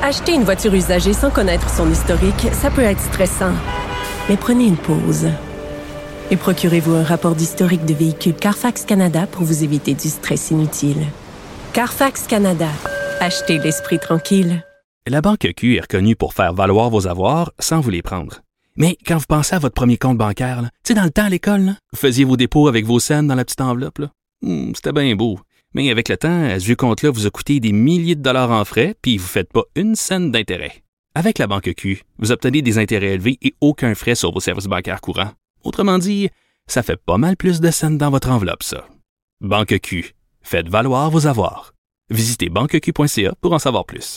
Acheter une voiture usagée sans connaître son historique, ça peut être stressant. Mais prenez une pause. Et procurez-vous un rapport d'historique de véhicule Carfax Canada pour vous éviter du stress inutile. Carfax Canada. Achetez l'esprit tranquille. La Banque Q est reconnue pour faire valoir vos avoirs sans vous les prendre. Mais quand vous pensez à votre premier compte bancaire, tu sais, dans le temps à l'école, là, vous faisiez vos dépôts avec vos scènes dans la petite enveloppe. Là. C'était bien beau. Mais avec le temps, ce vieux compte-là vous a coûté des milliers de dollars en frais, puis vous ne faites pas une scène d'intérêt. Avec la Banque Q, vous obtenez des intérêts élevés et aucun frais sur vos services bancaires courants. Autrement dit, ça fait pas mal plus de scènes dans votre enveloppe, ça. Banque Q. Faites valoir vos avoirs. Visitez banqueq.ca pour en savoir plus.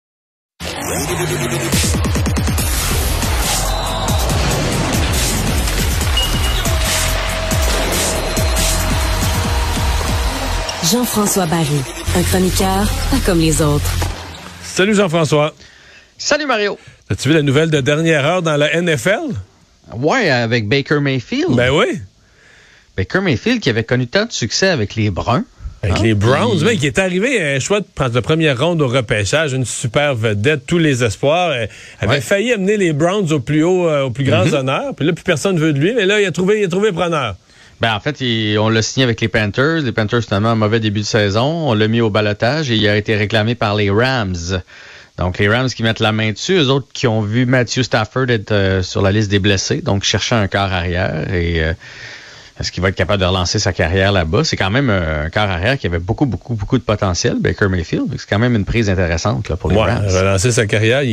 Jean-François Barry, un chroniqueur pas comme les autres. Salut Jean-François. Salut Mario. As-tu vu la nouvelle de dernière heure dans la NFL? Ouais, avec Baker Mayfield. Ben oui. Baker Mayfield qui avait connu tant de succès avec les Bruns. Avec les Browns, qui est arrivé un choix de première ronde au repêchage, une super vedette, tous les espoirs. Avait failli amener les Browns au plus grands honneurs. Puis là, plus personne ne veut de lui, mais là, il a trouvé preneur. Ben en fait, on l'a signé avec les Panthers. Les Panthers, finalement, un mauvais début de saison. On l'a mis au ballottage et il a été réclamé par les Rams. Donc, les Rams qui mettent la main dessus, eux autres qui ont vu Matthew Stafford être sur la liste des blessés, donc cherchant un quart arrière. Et est-ce qu'il va être capable de relancer sa carrière là-bas? C'est quand même un quart arrière qui avait beaucoup, beaucoup, beaucoup de potentiel, Baker Mayfield. C'est quand même une prise intéressante là, pour les Rams. Relancer sa carrière,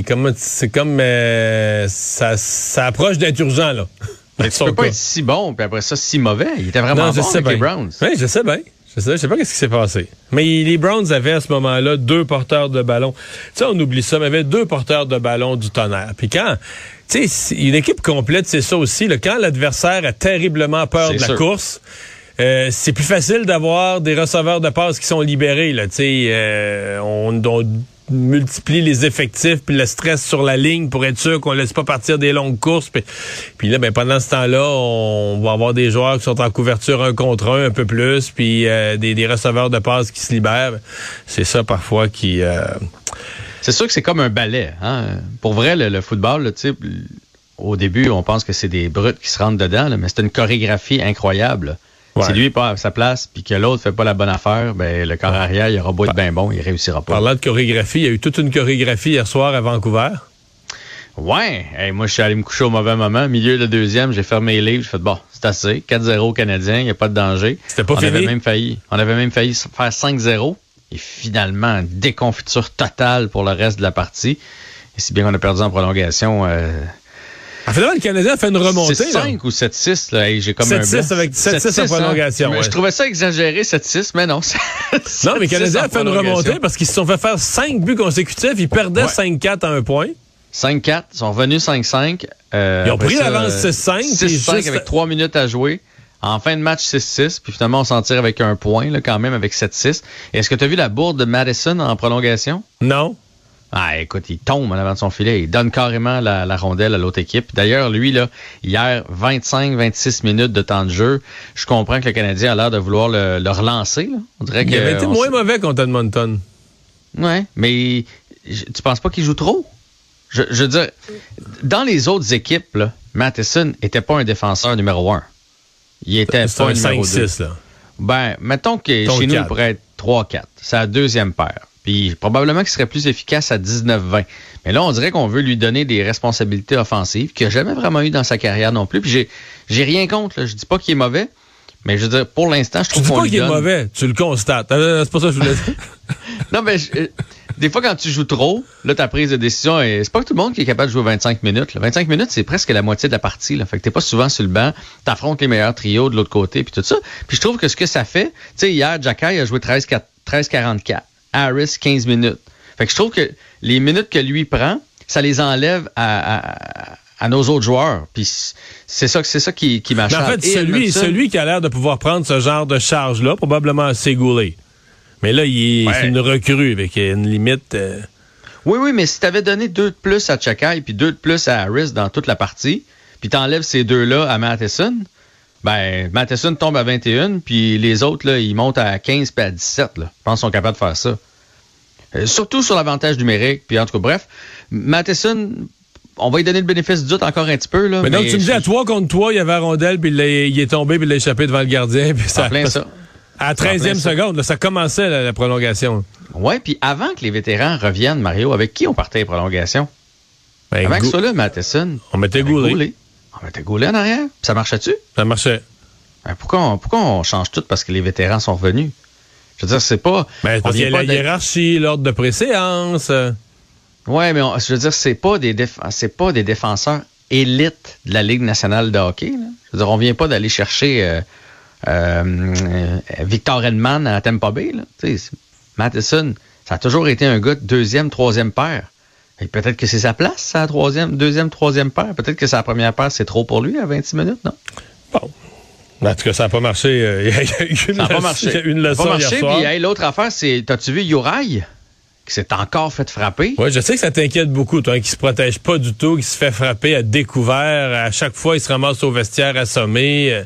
ça approche d'être urgent, là. Mais tu peux pas être si bon, puis après ça, si mauvais. Il était vraiment bon avec les Browns. Oui, je sais bien. Je sais pas qu'est-ce qui s'est passé. Mais les Browns avaient à ce moment-là 2 porteurs de ballon. Tu sais, on oublie ça, mais il y avait 2 porteurs de ballon du tonnerre. Puis quand, tu sais, une équipe complète, c'est ça aussi. Là, quand l'adversaire a terriblement peur de la course, c'est plus facile d'avoir des receveurs de passes qui sont libérés. Là, tu sais, on multiplie les effectifs puis le stress sur la ligne pour être sûr qu'on laisse pas partir des longues courses. Puis là, ben pendant ce temps-là, on va avoir des joueurs qui sont en couverture 1 contre 1 un peu plus, puis des receveurs de passes qui se libèrent. C'est ça parfois qui... C'est sûr que c'est comme un ballet. Hein? Pour vrai, le football, tu sais, au début, on pense que c'est des brutes qui se rentrent dedans, là, mais c'est une chorégraphie incroyable. Ouais. Si lui n'est pas à sa place puis que l'autre fait pas la bonne affaire, ben le corps arrière, il aura beau être bien bon, il réussira pas. Parlant de chorégraphie, il y a eu toute une chorégraphie hier soir à Vancouver. Ouais. Hey, moi, je suis allé me coucher au mauvais moment. Milieu de deuxième, j'ai fermé les livres. J'ai fait, bon, c'est assez. 4-0 Canadien, il n'y a pas de danger. C'était pas fini? On avait même failli faire 5-0. Et finalement, déconfiture totale pour le reste de la partie. Et si bien qu'on a perdu en prolongation... Finalement, le Canadien a fait une remontée. 7-5 ou 7-6, là. Hey, j'ai comme 7-6 avec 7-6 en prolongation. Ouais. Je trouvais ça exagéré, 7-6, mais non. Non, mais le Canadien a fait une remontée parce qu'ils se sont fait faire 5 buts consécutifs. Ils perdaient 5-4 à 1 point. 5-4, ils sont revenus 5-5. Ils ont pris l'avance 6-5. 6-5 avec 3 minutes à jouer. En fin de match, 6-6. Puis finalement, on s'en tire avec 1 point, là, quand même, avec 7-6. Et est-ce que tu as vu la bourde de Madison en prolongation? Non. Ah, écoute, il tombe en avant de son filet. Il donne carrément la rondelle à l'autre équipe. D'ailleurs, lui, là, hier, 25-26 minutes de temps de jeu. Je comprends que le Canadien a l'air de vouloir le relancer. Là. On dirait il avait été moins mauvais contre Edmonton. Ouais, mais tu penses pas qu'il joue trop? Je veux dire, dans les autres équipes, là, Matheson était pas un défenseur numéro 1. Il était pas un numéro 2. 5-6, là. Ben, mettons que chez nous, il pourrait être 3-4. C'est la deuxième paire. Puis probablement qu'il serait plus efficace à 19-20. Mais là, on dirait qu'on veut lui donner des responsabilités offensives qu'il n'a jamais vraiment eu dans sa carrière non plus. Puis j'ai rien contre. Là. Je dis pas qu'il est mauvais, mais je veux dire, pour l'instant, je trouve qu'on lui donne... Tu dis pas qu'il est mauvais, tu le constates. C'est pas ça que je voulais dire. Non, mais des fois, quand tu joues trop, là, ta prise de décision, c'est pas tout le monde qui est capable de jouer 25 minutes. Là. 25 minutes, c'est presque la moitié de la partie. Là. Fait que t'es pas souvent sur le banc, t'affrontes les meilleurs trios de l'autre côté, puis tout ça. Puis je trouve que ce que ça fait... Tu sais, hier, Jacky a joué 13-44. Harris, 15 minutes. Fait que je trouve que les minutes que lui prend, ça les enlève à nos autres joueurs. Puis c'est ça qui m'achète. En fait, celui qui a l'air de pouvoir prendre ce genre de charge-là, probablement c'est Goulet. Mais là, c'est une recrue avec une limite... Oui, mais si tu avais donné 2 de plus à Chakai puis 2 de plus à Harris dans toute la partie, puis t'enlèves ces 2-là à Matheson, ben Matheson tombe à 21, puis les autres, là, ils montent à 15 puis à 17. Là. Je pense qu'ils sont capables de faire ça. Surtout sur l'avantage numérique. Puis en tout cas, bref, Matheson, on va lui donner le bénéfice du doute encore un petit peu. Là, mais donc, tu me dis, à 3 contre 3, il y avait la rondelle, puis il est tombé, puis il l'a échappé devant le gardien. Puis ça, plein ça. À la 13e seconde, là, ça commençait la prolongation. Oui, puis avant que les vétérans reviennent, Mario, avec qui on partait les prolongations? Avant que ce soit là, Matheson. On mettait Goulet. On mettait Goulet en arrière. Puis ça marchait-tu? Ça marchait. Pourquoi on change tout parce que les vétérans sont revenus? Je veux dire, c'est pas... parce qu'il y a la hiérarchie, l'ordre de préséance. Oui, mais je veux dire, c'est pas des défenseurs élites de la Ligue nationale de hockey. Là. Je veux dire, on vient pas d'aller chercher Victor Hedman à Tampa Bay. Là. Matheson, ça a toujours été un gars de 2e, 3e paire. Et peut-être que c'est sa place, sa 2e, 3e paire. Peut-être que sa première paire, c'est trop pour lui à 26 minutes, non? Bon. En tout cas, ça n'a pas marché. Il y a eu une leçon hier soir. Puis l'autre affaire, c'est, t'as-tu vu Uri qui s'est encore fait frapper? Oui, je sais que ça t'inquiète beaucoup, toi, qui se protège pas du tout, qui se fait frapper à découvert. À chaque fois, il se ramasse au vestiaire assommé.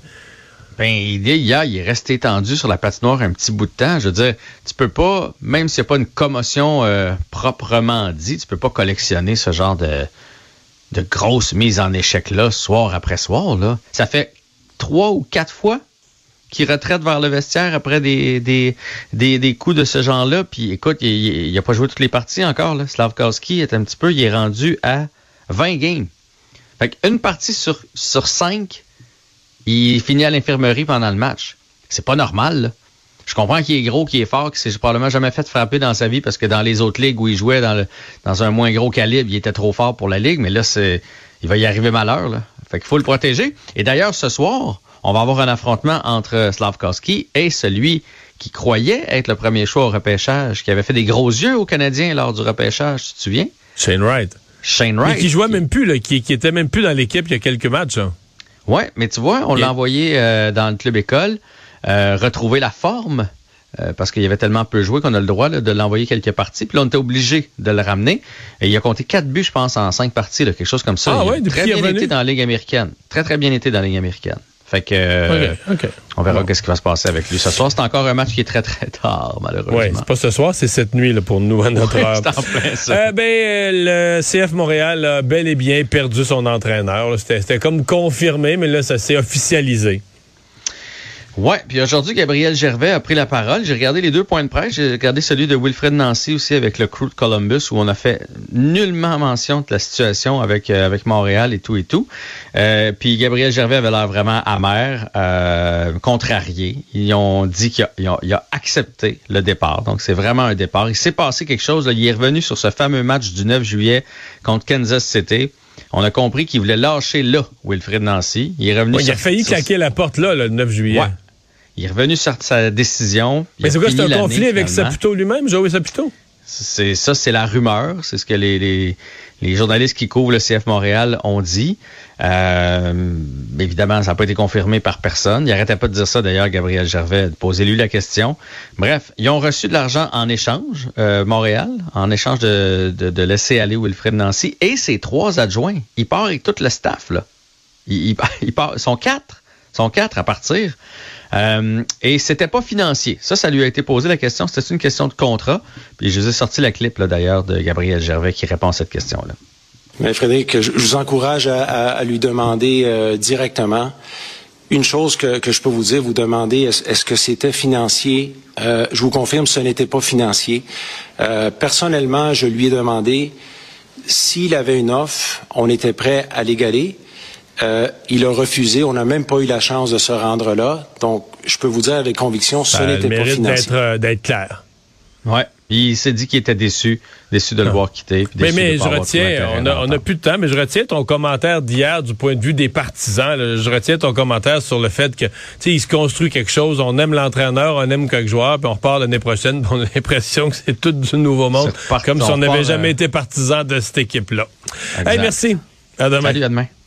Hier, il est resté tendu sur la patinoire un petit bout de temps. Je veux dire, tu peux pas, même s'il n'y a pas une commotion proprement dit, tu peux pas collectionner ce genre de grosses mises en échec-là, soir après soir. Là. Ça fait 3 ou 4 fois qu'il retraite vers le vestiaire après des coups de ce genre-là. Puis écoute, il n'a pas joué toutes les parties encore. Là. Slavkovski il est rendu à 20 games. Fait qu'une partie sur 5, il finit à l'infirmerie pendant le match. C'est pas normal, là. Je comprends qu'il est gros, qu'il est fort, qu'il s'est probablement jamais fait frapper dans sa vie parce que dans les autres ligues où il jouait dans un moins gros calibre, il était trop fort pour la ligue, mais là, il va y arriver malheur, là. Fait qu'il faut le protéger. Et d'ailleurs, ce soir, on va avoir un affrontement entre Slavkovski et celui qui croyait être le premier choix au repêchage, qui avait fait des gros yeux aux Canadiens lors du repêchage, tu te souviens? Shane Wright. Mais qui jouait même plus, là, qui était même plus dans l'équipe il y a quelques matchs, là. Oui, mais tu vois, on l'a envoyé dans le club école, retrouver la forme, parce qu'il y avait tellement peu joué qu'on a le droit là, de l'envoyer quelques parties. Puis là, on était obligé de le ramener. Et il a compté 4 buts, je pense, en 5 parties, là, quelque chose comme ça. Il a très bien été dans la Ligue américaine. Très, très bien été dans la Ligue américaine. Fait que on verra qu'est-ce qui va se passer avec lui. Ce soir, c'est encore un match qui est très, très tard, malheureusement. Oui, c'est pas ce soir, c'est cette nuit là, pour nous à notre heure. C'est en plein ça. Le CF Montréal a bel et bien perdu son entraîneur. Là. C'était comme confirmé, mais là, ça s'est officialisé. Oui, puis aujourd'hui, Gabriel Gervais a pris la parole. J'ai regardé les 2 points de presse. J'ai regardé celui de Wilfred Nancy aussi avec le Crew de Columbus où on a fait nullement mention de la situation avec Montréal et tout. Puis Gabriel Gervais avait l'air vraiment amer, contrarié. Ils ont dit qu'il a accepté le départ. Donc, c'est vraiment un départ. Il s'est passé quelque chose. Là. Il est revenu sur ce fameux match du 9 juillet contre Kansas City. On a compris qu'il voulait lâcher là, Wilfred Nancy. Il est revenu il a failli claquer la porte là, le 9 juillet. Ouais. Il est revenu sur sa décision. Mais c'est quoi, c'est un conflit avec Saputo lui-même, Joey Saputo? C'est la rumeur. C'est ce que les journalistes qui couvrent le CF Montréal ont dit. Évidemment, ça n'a pas été confirmé par personne. Il n'arrêtait pas de dire ça, d'ailleurs, Gabriel Gervais. Posez-lui la question. Bref, ils ont reçu de l'argent en échange, Montréal, en échange de laisser aller Wilfred Nancy et ses 3 adjoints. Il part avec tout le staff, là. Il part, ils sont 4 à partir. Et c'était pas financier. Ça lui a été posé la question. C'était une question de contrat. Puis je vous ai sorti la clip, là, d'ailleurs, de Gabriel Gervais qui répond à cette question-là. Mais Frédéric, je vous encourage à lui demander directement. Une chose que je peux vous dire, vous demandez, est-ce que c'était financier? Je vous confirme, ce n'était pas financier. Personnellement, je lui ai demandé s'il avait une offre, on était prêt à l'égaler. Il a refusé. On n'a même pas eu la chance de se rendre là. Donc, je peux vous dire avec conviction, ce n'était pas financier. D'être clair. Ouais. Il s'est dit qu'il était déçu de le voir quitter. Mais je retiens, on n'a plus de temps, mais je retiens ton commentaire d'hier du point de vue des partisans. Là, je retiens ton commentaire sur le fait que, tu sais, il se construit quelque chose. On aime l'entraîneur, on aime quelques joueurs, puis on repart l'année prochaine. On a l'impression que c'est tout du nouveau monde, comme si on n'avait jamais été partisan de cette équipe-là. Hey, merci. À demain. Salut, à demain.